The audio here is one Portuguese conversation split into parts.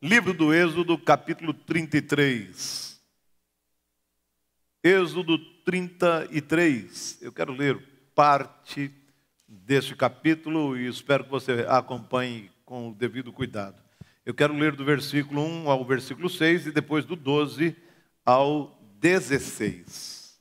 Livro do Êxodo, capítulo 33. Êxodo 33. Eu quero ler parte deste capítulo e espero que você acompanhe com o devido cuidado. Eu quero ler do versículo 1 ao versículo 6 e depois do 12 ao 16.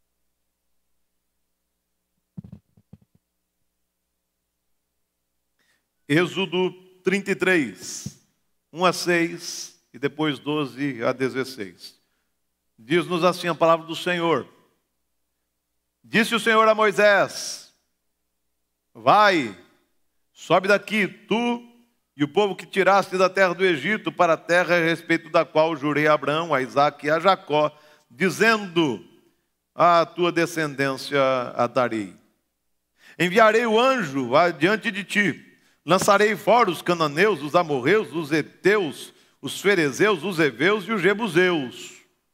Êxodo 33. 1 a 6 e depois 12 a 16. Diz-nos assim a palavra do Senhor. Disse o Senhor a Moisés: vai, sobe daqui, tu e o povo que tiraste da terra do Egito para a terra a respeito da qual jurei a Abraão, a Isaque e a Jacó, dizendo: a tua descendência a darei. Enviarei o anjo adiante de ti. Lançarei fora os cananeus, os amorreus, os heteus, os ferezeus, os heveus e os jebuseus.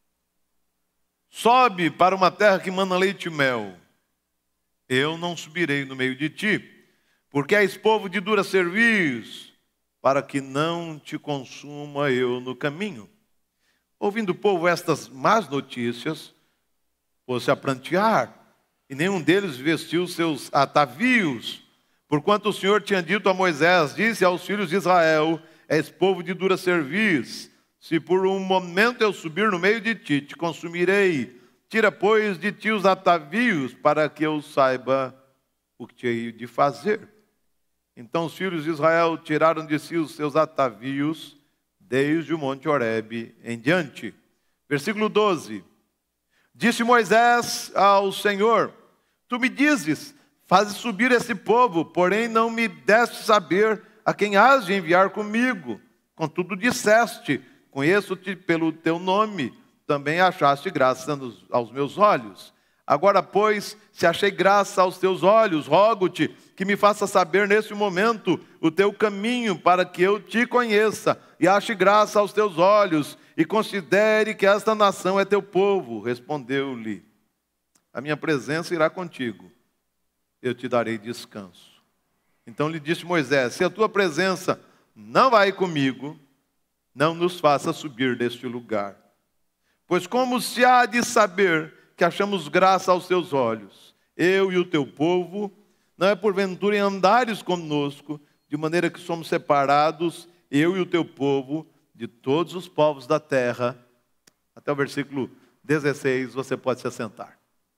Sobe para uma terra que mana leite e mel. Eu não subirei no meio de ti, porque és povo de dura cerviz, para que não te consuma eu no caminho. Ouvindo o povo estas más notícias, pôs-se a prantear, e nenhum deles vestiu seus atavios, porquanto o Senhor tinha dito a Moisés, disse aos filhos de Israel: és povo de dura cerviz, se por um momento eu subir no meio de ti, te consumirei. Tira, pois, de ti os atavios, para que eu saiba o que te hei de fazer. Então os filhos de Israel tiraram de si os seus atavios, desde o monte Horebe em diante. Versículo 12. Disse Moisés ao Senhor: tu me dizes, faze subir esse povo, porém não me deste saber a quem has de enviar comigo. Contudo disseste: conheço-te pelo teu nome, também achaste graça aos meus olhos. Agora, pois, se achei graça aos teus olhos, rogo-te que me faça saber nesse momento o teu caminho, para que eu te conheça e ache graça aos teus olhos, e considere que esta nação é teu povo. Respondeu-lhe: a minha presença irá contigo, eu te darei descanso. Então lhe disse Moisés: se a tua presença não vai comigo, não nos faça subir deste lugar. Pois como se há de saber que achamos graça aos teus olhos, eu e o teu povo, não é porventura em andares conosco, de maneira que somos separados, eu e o teu povo, de todos os povos da terra. Até o versículo 16, você pode se assentar.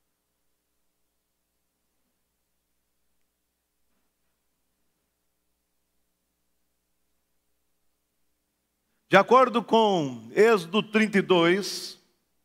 De acordo com Êxodo 32,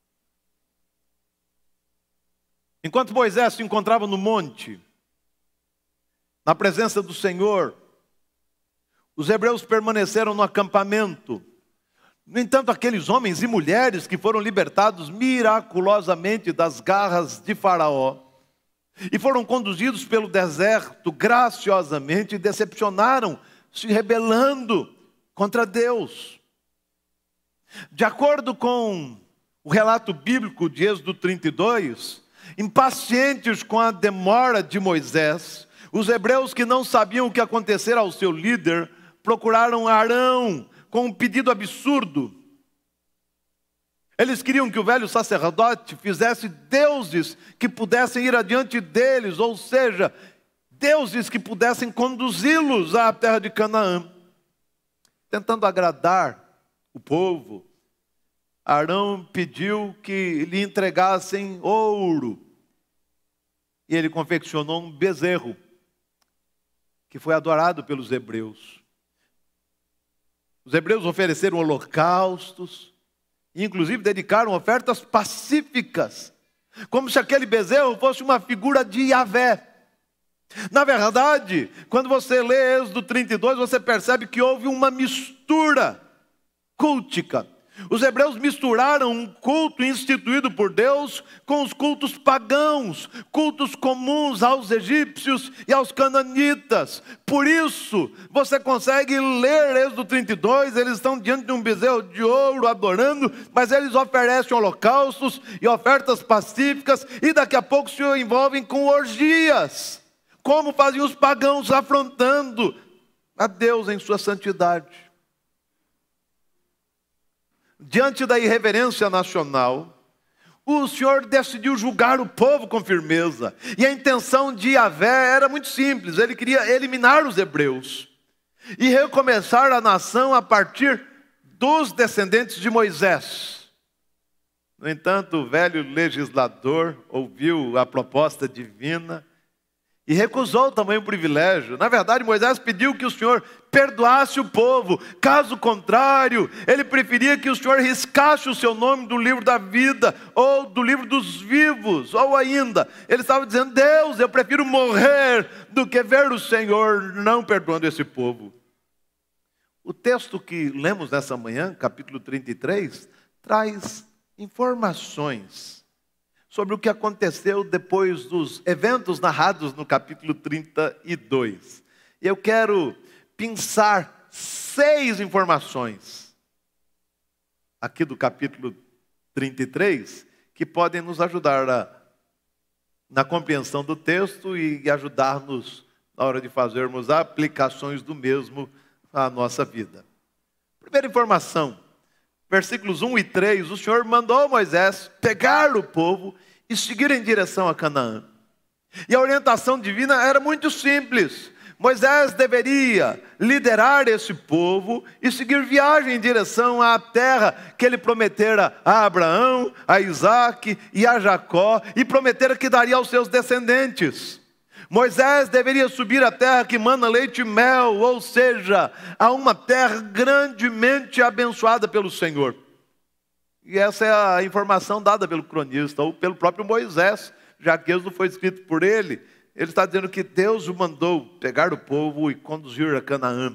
enquanto Moisés se encontrava no monte, na presença do Senhor, os hebreus permaneceram no acampamento. No entanto, aqueles homens e mulheres que foram libertados miraculosamente das garras de Faraó e foram conduzidos pelo deserto graciosamente, decepcionaram, se rebelando contra Deus. De acordo com o relato bíblico de Êxodo 32, impacientes com a demora de Moisés, os hebreus que não sabiam o que acontecera ao seu líder, procuraram Arão com um pedido absurdo. Eles queriam que o velho sacerdote fizesse deuses que pudessem ir adiante deles, ou seja, deuses que pudessem conduzi-los à terra de Canaã. Tentando agradar o povo, Arão pediu que lhe entregassem ouro. E ele confeccionou um bezerro, que foi adorado pelos hebreus. Os hebreus ofereceram holocaustos, inclusive dedicaram ofertas pacíficas, como se aquele bezerro fosse uma figura de Yahvé. Na verdade, quando você lê Êxodo 32, você percebe que houve uma mistura cultica. Os hebreus misturaram um culto instituído por Deus com os cultos pagãos, cultos comuns aos egípcios e aos cananitas. Por isso, você consegue ler Êxodo 32, eles estão diante de um bezerro de ouro adorando, mas eles oferecem holocaustos e ofertas pacíficas e daqui a pouco se envolvem com orgias, como faziam os pagãos, afrontando a Deus em sua santidade. diante da irreverência nacional, o Senhor decidiu julgar o povo com firmeza. E a intenção de Yahvé era muito simples. Ele queria eliminar os hebreus e recomeçar a nação a partir dos descendentes de Moisés. No entanto, o velho legislador ouviu a proposta divina e recusou também o privilégio. Na verdade, Moisés pediu que o Senhor perdoasse o povo. Caso contrário, ele preferia que o Senhor riscasse o seu nome do livro da vida, ou do livro dos vivos, ou ainda, ele estava dizendo: Deus, eu prefiro morrer do que ver o Senhor não perdoando esse povo. O texto que lemos nessa manhã, capítulo 33, traz informações sobre o que aconteceu depois dos eventos narrados no capítulo 32. E eu quero pensar 6 informações aqui do capítulo 33 que podem nos ajudar na compreensão do texto e ajudar-nos na hora de fazermos aplicações do mesmo à nossa vida. Primeira informação, versículos 1 e 3, o Senhor mandou Moisés pegar o povo e seguir em direção a Canaã. E a orientação divina era muito simples. Moisés deveria liderar esse povo e seguir viagem em direção à terra que ele prometera a Abraão, a Isaque e a Jacó, e prometera que daria aos seus descendentes. Moisés deveria subir à terra que mana leite e mel, ou seja, a uma terra grandemente abençoada pelo Senhor. E essa é a informação dada pelo cronista, ou pelo próprio Moisés, já que isso não foi escrito por ele. Ele está dizendo que Deus o mandou pegar o povo e conduzir a Canaã.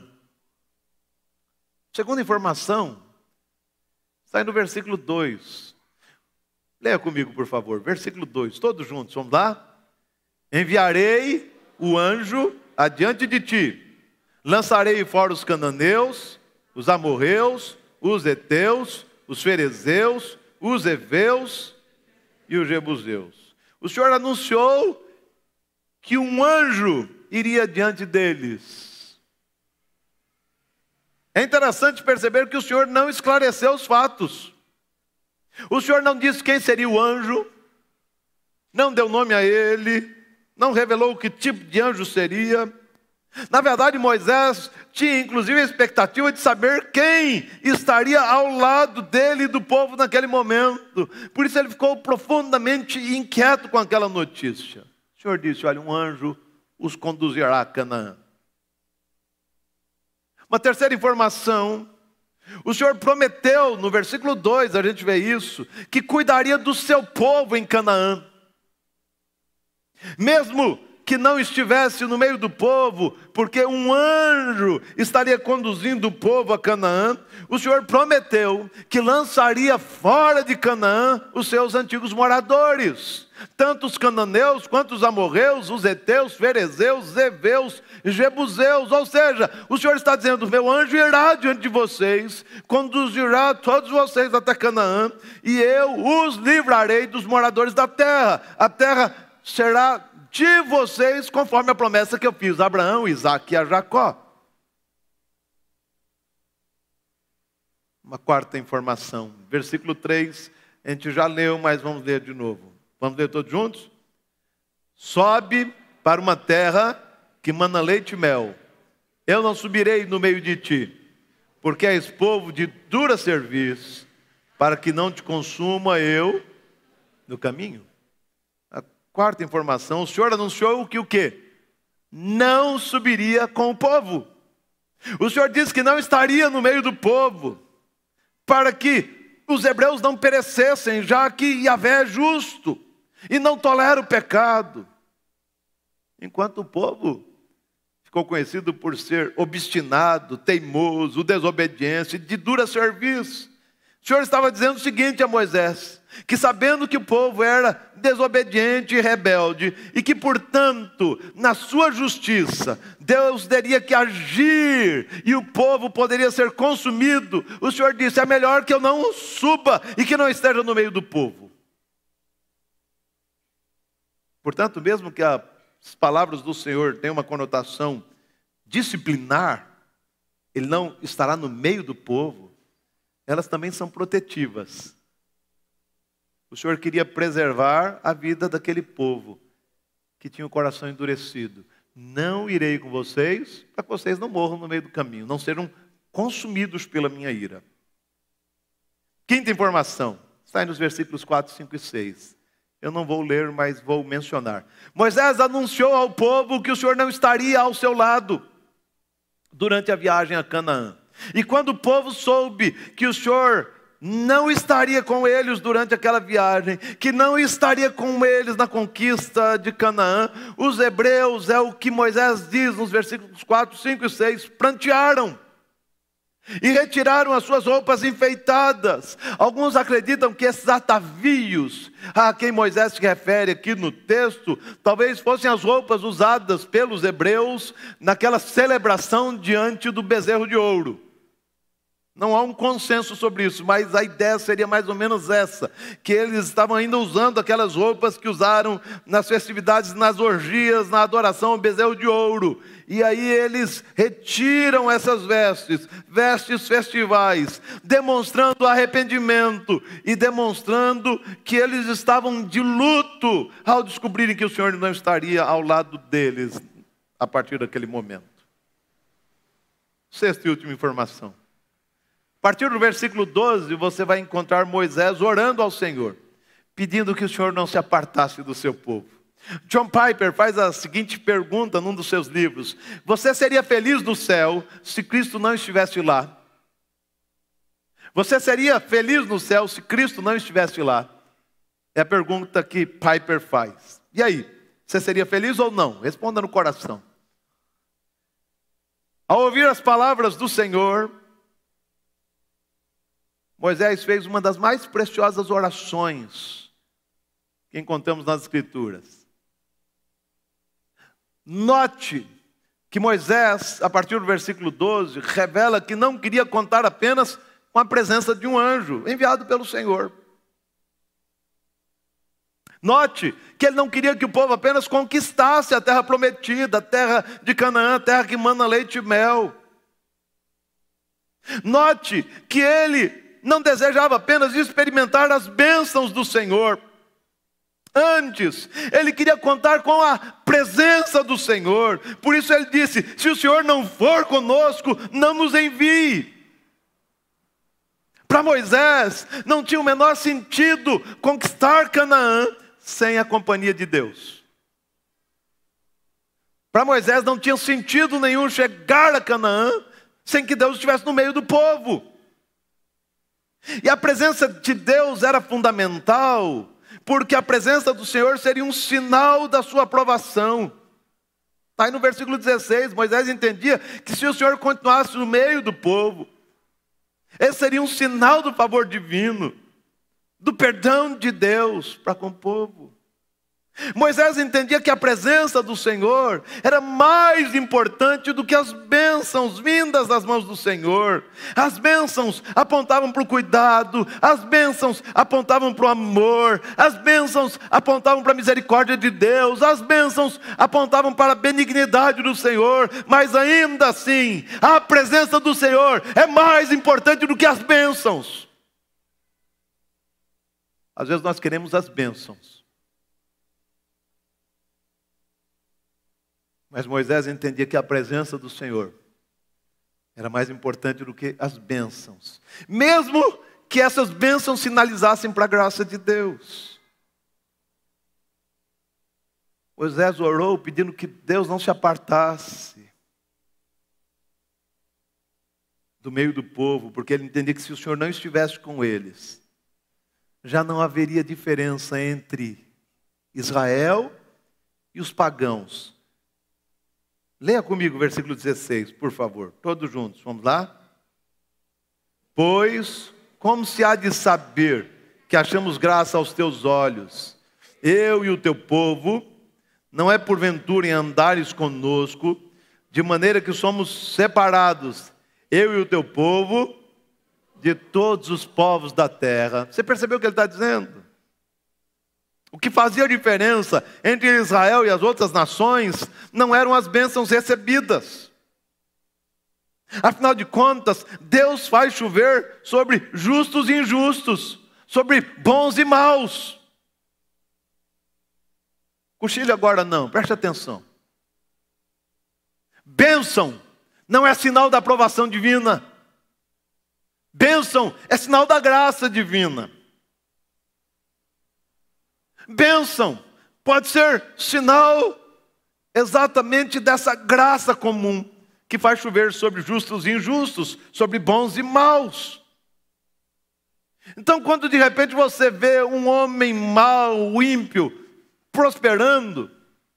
Segunda informação, está aí no versículo 2. Leia comigo, por favor, versículo 2, todos juntos, vamos lá? Enviarei o anjo adiante de ti, lançarei fora os cananeus, os amorreus, os heteus, os ferezeus, os heveus e os jebuseus. O Senhor anunciou que um anjo iria diante deles. É interessante perceber que o Senhor não esclareceu os fatos. O Senhor não disse quem seria o anjo, não deu nome a ele, não revelou que tipo de anjo seria. Na verdade, Moisés tinha inclusive a expectativa de saber quem estaria ao lado dele e do povo naquele momento. Por isso ele ficou profundamente inquieto com aquela notícia. O Senhor disse: olha, um anjo os conduzirá a Canaã. Uma terceira informação, o Senhor prometeu, no versículo 2, a gente vê isso, que cuidaria do seu povo em Canaã. Mesmo que não estivesse no meio do povo, porque um anjo estaria conduzindo o povo a Canaã, o Senhor prometeu que lançaria fora de Canaã os seus antigos moradores, tanto os cananeus quanto os amorreus, os heteus, ferezeus, heveus, jebuseus. Ou seja, o Senhor está dizendo: meu anjo irá diante de vocês, conduzirá todos vocês até Canaã, e eu os livrarei dos moradores da terra. A terra será de vocês, conforme a promessa que eu fiz a Abraão, Isaque e a Jacó. Uma quarta informação, versículo 3, a gente já leu, mas vamos ler de novo. Vamos ler todos juntos? Sobe para uma terra que mana leite e mel. Eu não subirei no meio de ti, porque és povo de dura cerviz, para que não te consuma eu no caminho. Quarta informação, o Senhor anunciou que o quê? Não subiria com o povo. O Senhor disse que não estaria no meio do povo, para que os hebreus não perecessem, já que Yahvé é justo e não tolera o pecado. Enquanto o povo ficou conhecido por ser obstinado, teimoso, desobediente, de dura serviço. O Senhor estava dizendo o seguinte a Moisés: que sabendo que o povo era desobediente e rebelde, e que, portanto, na sua justiça, Deus teria que agir, e o povo poderia ser consumido, o Senhor disse: é melhor que eu não suba, e que não esteja no meio do povo. Portanto, mesmo que as palavras do Senhor tenham uma conotação disciplinar, Ele não estará no meio do povo. elas também são protetivas. O Senhor queria preservar a vida daquele povo que tinha o coração endurecido. Não irei com vocês, para que vocês não morram no meio do caminho, não sejam consumidos pela minha ira. Quinta informação, está aí nos versículos 4, 5 e 6. Eu não vou ler, mas vou mencionar. Moisés anunciou ao povo que o Senhor não estaria ao seu lado durante a viagem a Canaã. E quando o povo soube que o Senhor não estaria com eles durante aquela viagem, que não estaria com eles na conquista de Canaã, os hebreus, é o que Moisés diz nos versículos 4, 5 e 6, prantearam e retiraram as suas roupas enfeitadas. Alguns acreditam que esses atavios a quem Moisés se refere aqui no texto, talvez fossem as roupas usadas pelos hebreus naquela celebração diante do bezerro de ouro. Não há um consenso sobre isso, mas a ideia seria mais ou menos essa, que eles estavam ainda usando aquelas roupas que usaram nas festividades, nas orgias, na adoração ao bezerro de ouro. E aí eles retiram essas vestes, vestes festivais, demonstrando arrependimento e demonstrando que eles estavam de luto ao descobrirem que o Senhor não estaria ao lado deles a partir daquele momento. Sexta e última informação. A partir do versículo 12, você vai encontrar Moisés orando ao Senhor, pedindo que o Senhor não se apartasse do seu povo. John Piper faz a seguinte pergunta num dos seus livros: você seria feliz no céu se Cristo não estivesse lá? Você seria feliz no céu se Cristo não estivesse lá? É a pergunta que Piper faz. E aí, você seria feliz ou não? Responda no coração. Ao ouvir as palavras do Senhor, Moisés fez uma das mais preciosas orações que encontramos nas Escrituras. Note que Moisés, a partir do versículo 12, revela que não queria contar apenas com a presença de um anjo enviado pelo Senhor. Note que ele não queria que o povo apenas conquistasse a terra prometida, a terra de Canaã, a terra que mana leite e mel. Note que ele não desejava apenas experimentar as bênçãos do Senhor. Antes, ele queria contar com a presença do Senhor. Por isso ele disse: se o Senhor não for conosco, não nos envie. Para Moisés, não tinha o menor sentido conquistar Canaã sem a companhia de Deus. Para Moisés não tinha sentido nenhum chegar a Canaã sem que Deus estivesse no meio do povo. E a presença de Deus era fundamental, porque a presença do Senhor seria um sinal da sua aprovação. Está aí no versículo 16, Moisés entendia que se o Senhor continuasse no meio do povo, esse seria um sinal do favor divino, do perdão de Deus para com o povo. Moisés entendia que a presença do Senhor era mais importante do que as bênçãos vindas das mãos do Senhor. As bênçãos apontavam para o cuidado, as bênçãos apontavam para o amor, as bênçãos apontavam para a misericórdia de Deus, as bênçãos apontavam para a benignidade do Senhor, mas ainda assim, a presença do Senhor é mais importante do que as bênçãos. Às vezes nós queremos as bênçãos, mas Moisés entendia que a presença do Senhor era mais importante do que as bênçãos, mesmo que essas bênçãos sinalizassem para a graça de Deus. Moisés orou pedindo que Deus não se apartasse do meio do povo, porque ele entendia que se o Senhor não estivesse com eles, já não haveria diferença entre Israel e os pagãos. Leia comigo o versículo 16, por favor. Todos juntos, vamos lá? Pois, como se há de saber que achamos graça aos teus olhos, eu e o teu povo, não é porventura em andares conosco, de maneira que somos separados, eu e o teu povo, de todos os povos da terra. Você percebeu o que ele está dizendo? O que fazia diferença entre Israel e as outras nações não eram as bênçãos recebidas. Afinal de contas, Deus faz chover sobre justos e injustos, sobre bons e maus. Cochile agora não, preste atenção. Bênção não é sinal da aprovação divina. Bênção é sinal da graça divina. Bênção pode ser sinal exatamente dessa graça comum que faz chover sobre justos e injustos, sobre bons e maus. Então, quando de repente você vê um homem mau, ímpio, prosperando,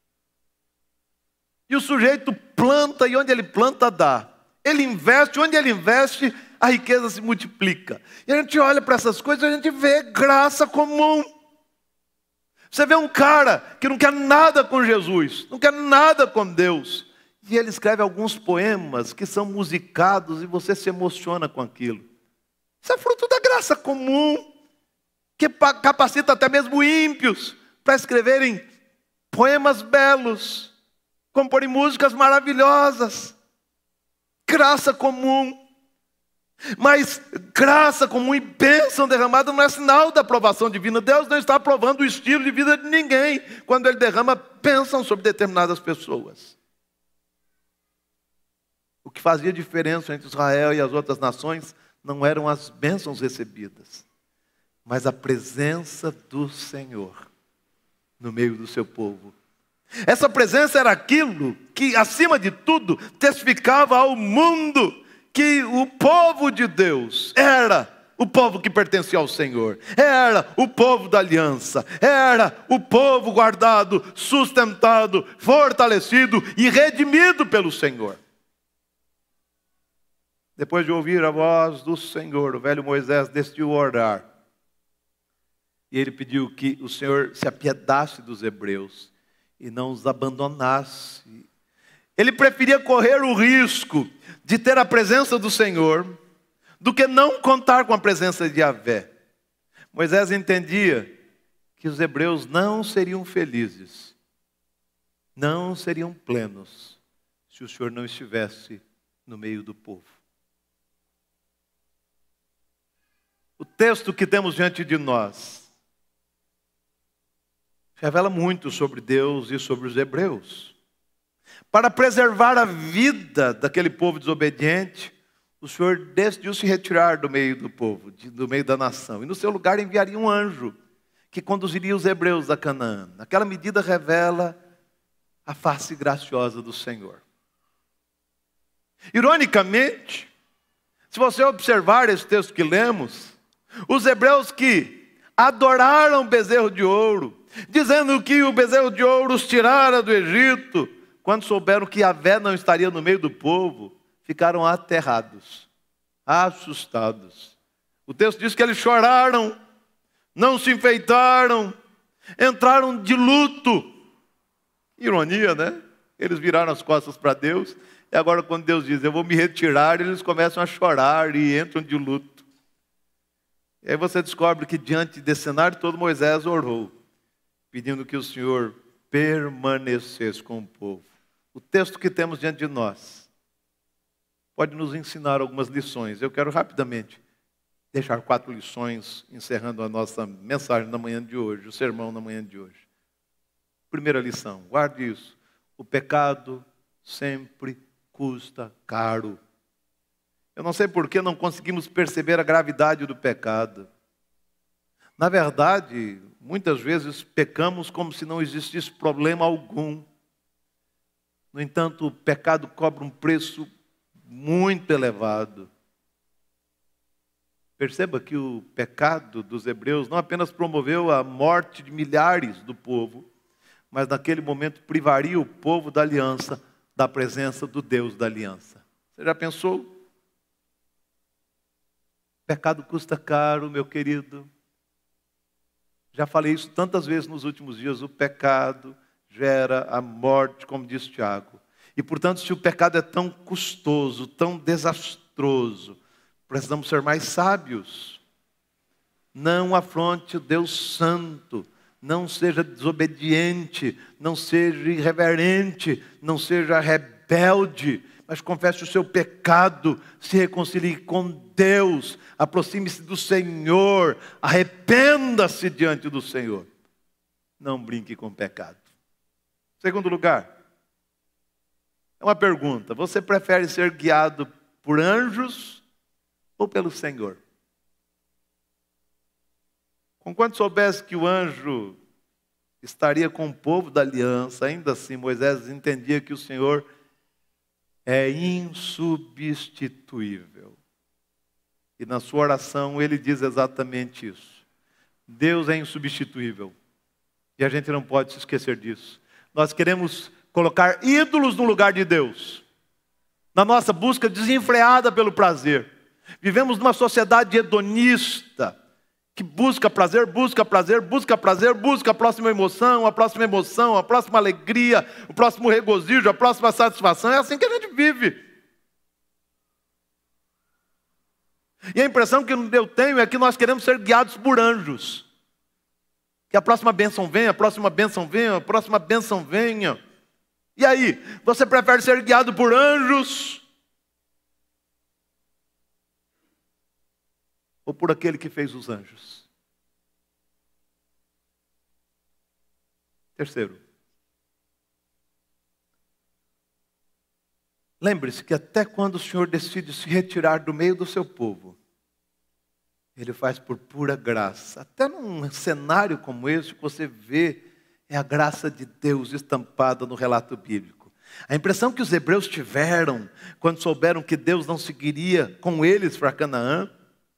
e o sujeito planta, e onde ele planta dá. Ele investe, onde ele investe, a riqueza se multiplica. E a gente olha para essas coisas e a gente vê graça comum. Você vê um cara que não quer nada com Jesus, não quer nada com Deus, e ele escreve alguns poemas que são musicados e você se emociona com aquilo. Isso é fruto da graça comum, que capacita até mesmo ímpios para escreverem poemas belos, comporem músicas maravilhosas. Graça comum. Mas graça comum e bênção derramada não é sinal da aprovação divina. Deus não está aprovando o estilo de vida de ninguém quando Ele derrama bênção sobre determinadas pessoas. O que fazia diferença entre Israel e as outras nações não eram as bênçãos recebidas, mas a presença do Senhor no meio do seu povo. Essa presença era aquilo que, acima de tudo, testificava ao mundo que o povo de Deus era o povo que pertencia ao Senhor, era o povo da aliança, era o povo guardado, sustentado, fortalecido e redimido pelo Senhor. Depois de ouvir a voz do Senhor, o velho Moisés decidiu orar. E ele pediu que o Senhor se apiedasse dos hebreus e não os abandonasse. Ele preferia correr o risco de ter a presença do Senhor do que não contar com a presença de Yahvé. Moisés entendia que os hebreus não seriam felizes, não seriam plenos, se o Senhor não estivesse no meio do povo. O texto que temos diante de nós revela muito sobre Deus e sobre os hebreus. Para preservar a vida daquele povo desobediente, o Senhor decidiu se retirar do meio do povo, do meio da nação. E no seu lugar enviaria um anjo que conduziria os hebreus a Canaã. Aquela medida revela a face graciosa do Senhor. Ironicamente, se você observar esse texto que lemos, os hebreus que adoraram o bezerro de ouro, dizendo que o bezerro de ouro os tirara do Egito, quando souberam que Yahvé não estaria no meio do povo, ficaram aterrados, assustados. O texto diz que eles choraram, não se enfeitaram, entraram de luto. Ironia, né? Eles viraram as costas para Deus, e agora quando Deus diz, eu vou me retirar, eles começam a chorar e entram de luto. E aí você descobre que diante desse cenário todo Moisés orou, pedindo que o Senhor permanecesse com o povo. O texto que temos diante de nós pode nos ensinar algumas lições. Eu quero rapidamente deixar 4 lições, encerrando a nossa mensagem na manhã de hoje, o sermão na manhã de hoje. Primeira lição, guarde isso. O pecado sempre custa caro. Eu não sei por que não conseguimos perceber a gravidade do pecado. Na verdade, muitas vezes pecamos como se não existisse problema algum. No entanto, o pecado cobra um preço muito elevado. Perceba que o pecado dos hebreus não apenas promoveu a morte de milhares do povo, mas naquele momento privaria o povo da aliança da presença do Deus da aliança. Você já pensou? O pecado custa caro, meu querido. Já falei isso tantas vezes nos últimos dias. O pecado gera a morte, como diz Tiago. E, portanto, se o pecado é tão custoso, tão desastroso, precisamos ser mais sábios. Não afronte o Deus Santo. Não seja desobediente. Não seja irreverente. Não seja rebelde. mas confesse o seu pecado, se reconcilie com Deus, aproxime-se do Senhor, arrependa-se diante do Senhor. Não brinque com o pecado. Segundo lugar, é uma pergunta: você prefere ser guiado por anjos ou pelo Senhor? Conquanto soubesse que o anjo estaria com o povo da aliança, ainda assim Moisés entendia que o Senhor é insubstituível. E na sua oração ele diz exatamente isso. Deus é insubstituível. E a gente não pode se esquecer disso. Nós queremos colocar ídolos no lugar de Deus, na nossa busca desenfreada pelo prazer. Vivemos numa sociedade hedonista, que busca prazer, busca prazer, busca prazer, busca a próxima emoção, a próxima alegria, o próximo regozijo, a próxima satisfação. É assim que a gente vive. E a impressão que eu tenho é que nós queremos ser guiados por anjos. Que a próxima bênção venha, a próxima bênção venha, a próxima bênção venha. E aí, você prefere ser guiado por anjos ou por aquele que fez os anjos? Terceiro, lembre-se que até quando o Senhor decide se retirar do meio do seu povo, Ele faz por pura graça. Até num cenário como esse que você vê, é a graça de Deus estampada no relato bíblico. A impressão que os hebreus tiveram quando souberam que Deus não seguiria com eles para Canaã,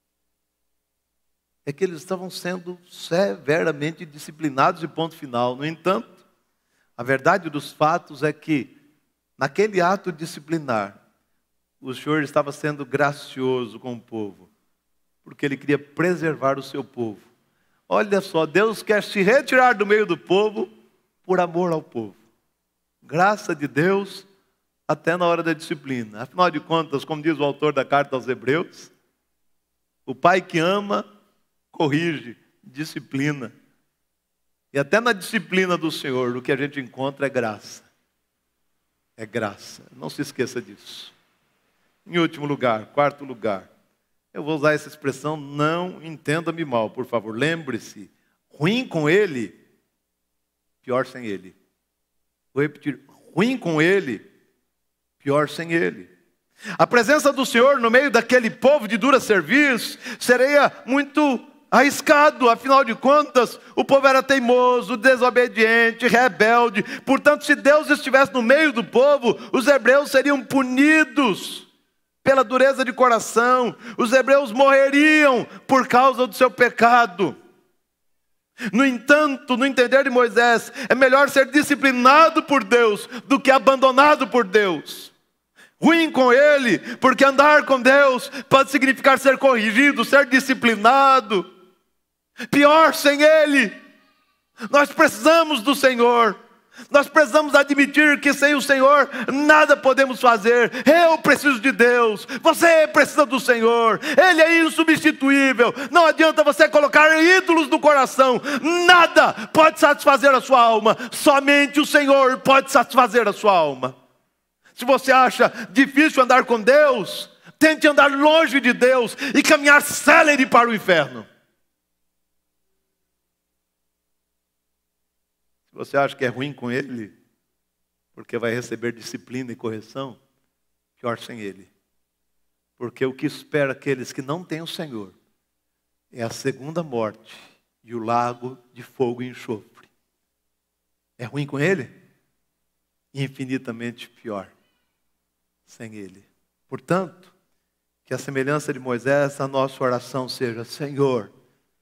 é que eles estavam sendo severamente disciplinados e ponto final. No entanto, a verdade dos fatos é que, naquele ato disciplinar, o Senhor estava sendo gracioso com o povo, porque Ele queria preservar o seu povo. Olha só, Deus quer se retirar do meio do povo por amor ao povo. Graça de Deus até na hora da disciplina. Afinal de contas, como diz o autor da carta aos Hebreus, o pai que ama corrige, disciplina. E até na disciplina do Senhor, o que a gente encontra é graça. É graça. Não se esqueça disso. Em último lugar, quarto lugar, eu vou usar essa expressão, não entenda-me mal, por favor. Lembre-se, ruim com Ele, pior sem Ele. Vou repetir, ruim com Ele, pior sem Ele. A presença do Senhor no meio daquele povo de dura serviço seria muito arriscado, afinal de contas, o povo era teimoso, desobediente, rebelde. Portanto, se Deus estivesse no meio do povo, os hebreus seriam punidos pela dureza de coração. Os hebreus morreriam por causa do seu pecado. No entanto, no entender de Moisés, é melhor ser disciplinado por Deus do que abandonado por Deus. Ruim com Ele, porque andar com Deus pode significar ser corrigido, ser disciplinado. Pior sem Ele. Nós precisamos do Senhor. Nós precisamos admitir que sem o Senhor nada podemos fazer. Eu preciso de Deus, você precisa do Senhor. Ele é insubstituível. Não adianta você colocar ídolos no coração. Nada pode satisfazer a sua alma. Somente o Senhor pode satisfazer a sua alma. Se você acha difícil andar com Deus, tente andar longe de Deus e caminhar célere para o inferno. Se você acha que é ruim com Ele, porque vai receber disciplina e correção, pior sem Ele. Porque o que espera aqueles que não têm o Senhor é a segunda morte e o lago de fogo e enxofre. É ruim com Ele? Infinitamente pior sem Ele. Portanto, que a semelhança de Moisés, a nossa oração seja: Senhor,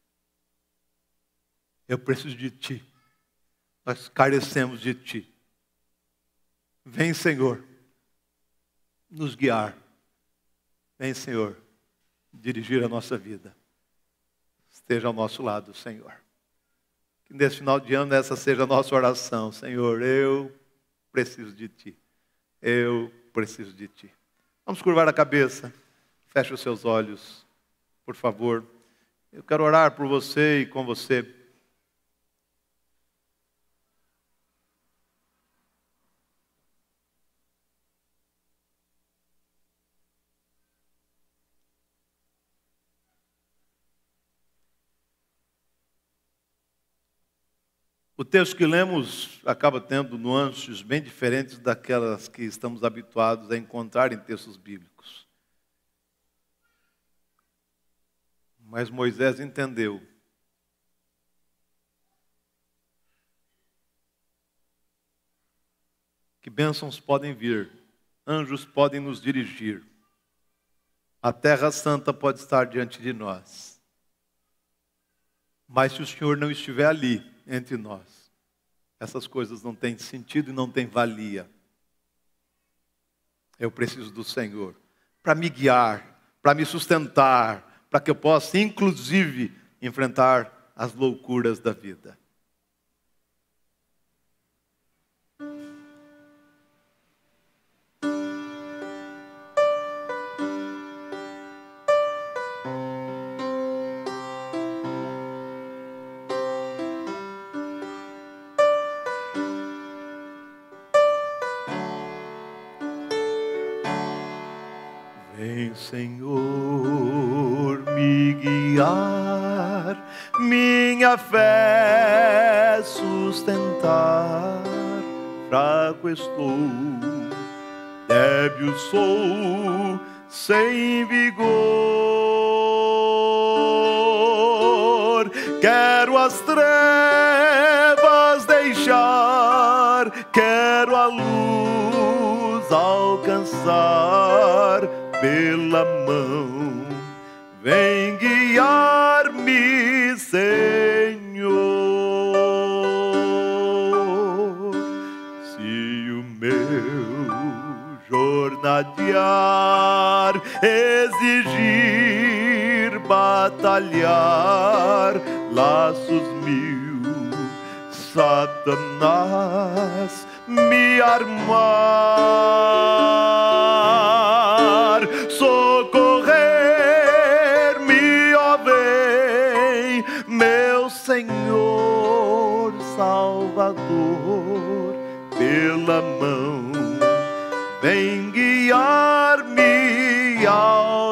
eu preciso de Ti. Nós carecemos de Ti. Vem, Senhor, nos guiar. Vem, Senhor, dirigir a nossa vida. Esteja ao nosso lado, Senhor. Que nesse final de ano essa seja a nossa oração. Senhor, eu preciso de Ti. Eu preciso de Ti. Vamos curvar a cabeça. Feche os seus olhos, por favor. Eu quero orar por você e com você. O texto que lemos acaba tendo nuances bem diferentes daquelas que estamos habituados a encontrar em textos bíblicos. Mas Moisés entendeu que bênçãos podem vir, anjos podem nos dirigir, a terra santa pode estar diante de nós. Mas se o Senhor não estiver ali, entre nós, essas coisas não têm sentido e não têm valia. Eu preciso do Senhor para me guiar, para me sustentar, para que eu possa, inclusive, enfrentar as loucuras da vida. Vem, Senhor, me guiar, minha fé sustentar. Fraco estou, débil sou, sem vigor. Quero as trevas deixar, quero a luz alcançar. Pela mão, vem guiar-me, Senhor. Se o meu jornadear exigir batalhar, laços mil, Satanás me armar, socorrer-me, ó vem, meu Senhor Salvador, pela mão, vem guiar-me ao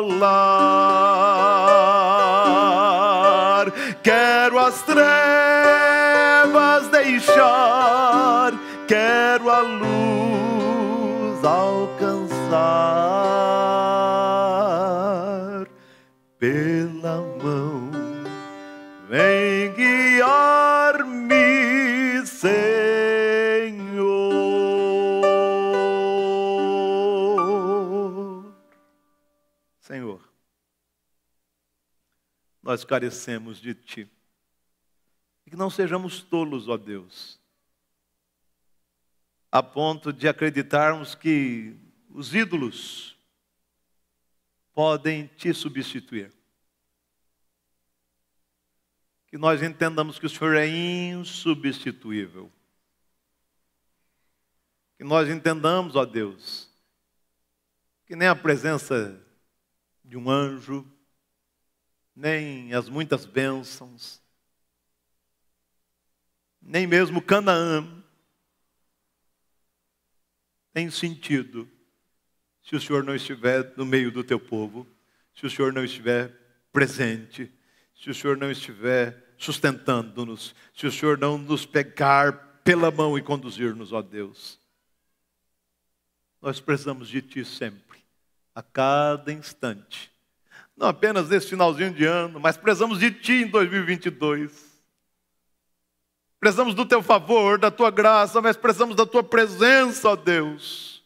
lar. Quero as trevas deixar, quero a luz alcançar. Pela mão, vem guiar-me, Senhor. Senhor, nós carecemos de Ti. E que não sejamos tolos, ó Deus, a ponto de acreditarmos que os ídolos podem Te substituir. Que nós entendamos que o Senhor é insubstituível. Que nós entendamos, ó Deus, que nem a presença de um anjo, nem as muitas bênçãos, nem mesmo Canaã tem sentido se o Senhor não estiver no meio do teu povo, se o Senhor não estiver presente, se o Senhor não estiver sustentando-nos, se o Senhor não nos pegar pela mão e conduzir-nos, ó Deus. Nós precisamos de Ti sempre, a cada instante. Não apenas nesse finalzinho de ano, mas precisamos de Ti em 2022. Precisamos do Teu favor, da Tua graça, mas precisamos da Tua presença, ó Deus.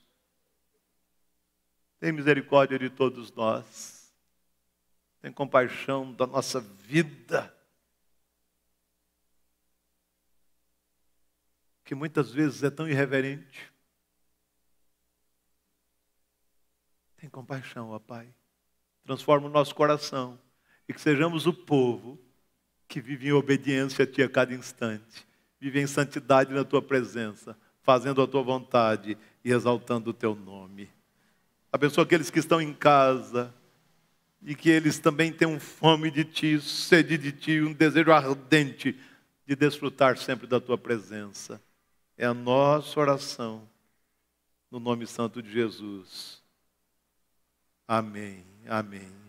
Tem misericórdia de todos nós. Tem compaixão da nossa vida, que muitas vezes é tão irreverente. Tem compaixão, ó Pai. Transforma o nosso coração e que sejamos o povo que vive em obediência a Ti a cada instante. Vive em santidade na Tua presença, fazendo a Tua vontade e exaltando o Teu nome. Abençoa aqueles que estão em casa e que eles também tenham fome de Ti, sede de Ti, um desejo ardente de desfrutar sempre da Tua presença. É a nossa oração, no nome santo de Jesus. Amém, amém.